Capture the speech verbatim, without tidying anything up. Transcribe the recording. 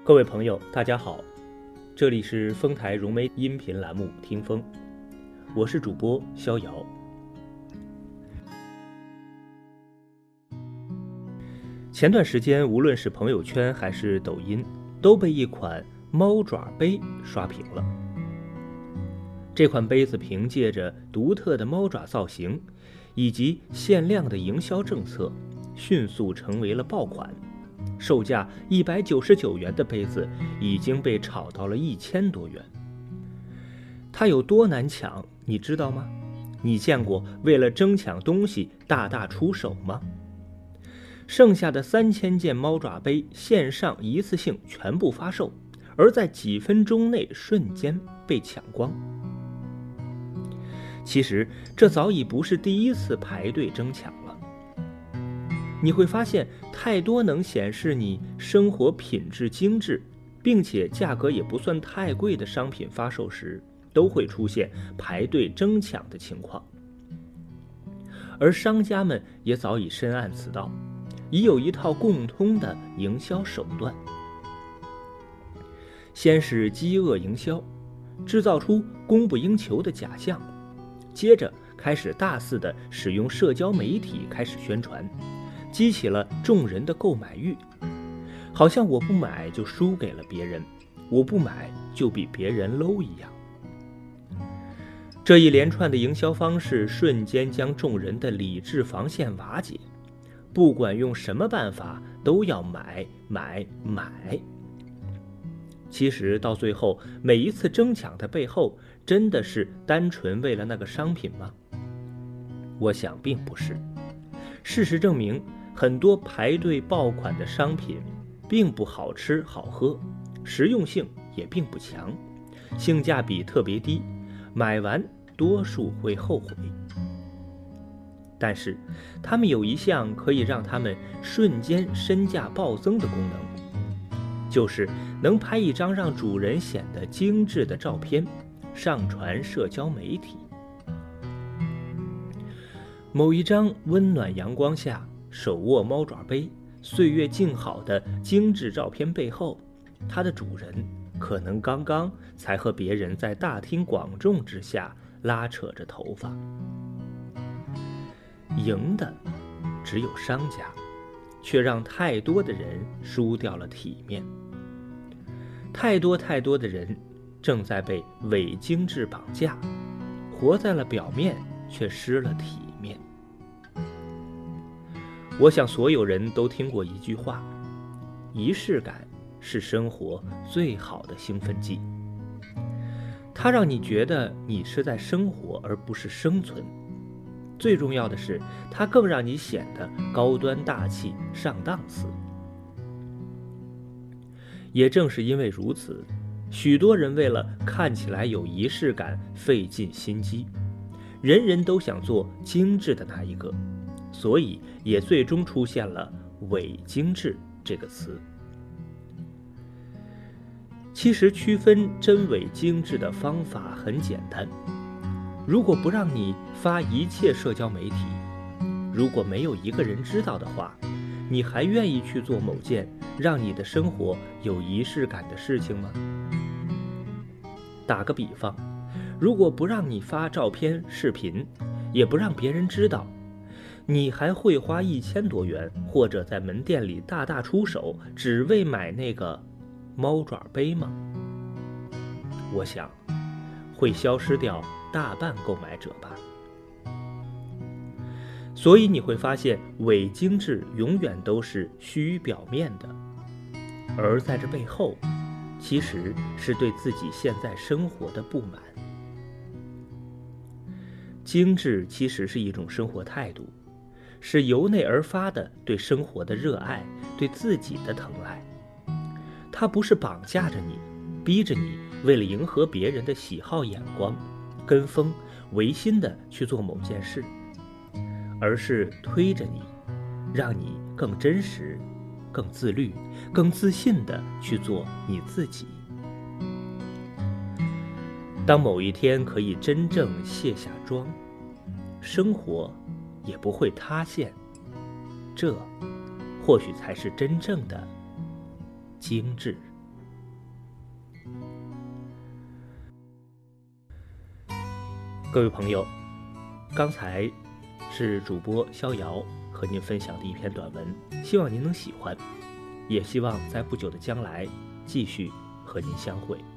各位朋友，大家好，这里是丰台融媒音频栏目听风，我是主播逍遥。前段时间，无论是朋友圈还是抖音，都被一款猫爪杯刷屏了。这款杯子凭借着独特的猫爪造型以及限量的营销政策，迅速成为了爆款。售价一百九十九元的杯子已经被炒到了一千多元。它有多难抢，你知道吗？你见过为了争抢东西大大出手吗？剩下的三千件猫爪杯线上一次性全部发售，而在几分钟内瞬间被抢光。其实这早已不是第一次排队争抢了。你会发现，太多能显示你生活品质精致，并且价格也不算太贵的商品发售时，都会出现排队争抢的情况。而商家们也早已深谙此道，已有一套共通的营销手段。先是饥饿营销，制造出供不应求的假象，接着开始大肆地使用社交媒体开始宣传，激起了众人的购买欲，好像我不买就输给了别人，我不买就比别人 low 一样。这一连串的营销方式瞬间将众人的理智防线瓦解，不管用什么办法都要买买买。其实到最后，每一次争抢的背后，真的是单纯为了那个商品吗？我想并不是。事实证明，很多排队爆款的商品并不好吃好喝，实用性也并不强，性价比特别低，买完多数会后悔。但是他们有一项可以让他们瞬间身价暴增的功能，就是能拍一张让主人显得精致的照片，上传社交媒体。某一张温暖阳光下手握猫爪杯，岁月静好的精致照片背后，它的主人可能刚刚才和别人在大庭广众之下拉扯着头发。赢的只有商家，却让太多的人输掉了体面。太多太多的人正在被伪精致绑架，活在了表面，却失了体面。我想所有人都听过一句话，仪式感是生活最好的兴奋剂。它让你觉得你是在生活而不是生存。最重要的是，它更让你显得高端大气上档次。也正是因为如此，许多人为了看起来有仪式感费尽心机，人人都想做精致的那一个，所以也最终出现了伪精致这个词。其实区分真伪精致的方法很简单，如果不让你发一切社交媒体，如果没有一个人知道的话，你还愿意去做某件让你的生活有仪式感的事情吗？打个比方，如果不让你发照片、视频，也不让别人知道，你还会花一千多元，或者在门店里大大出手，只为买那个猫爪杯吗？我想，会消失掉大半购买者吧。所以你会发现，伪精致永远都是虚表面的，而在这背后，其实是对自己现在生活的不满。精致其实是一种生活态度，是由内而发的对生活的热爱，对自己的疼爱。它不是绑架着你，逼着你为了迎合别人的喜好眼光，跟风违心的去做某件事，而是推着你，让你更真实、更自律、更自信的去做你自己。当某一天可以真正卸下妆，生活也不会塌陷，这或许才是真正的精致。 各位朋友，刚才是主播逍遥和您分享的一篇短文，希望您能喜欢，也希望在不久的将来继续和您相会。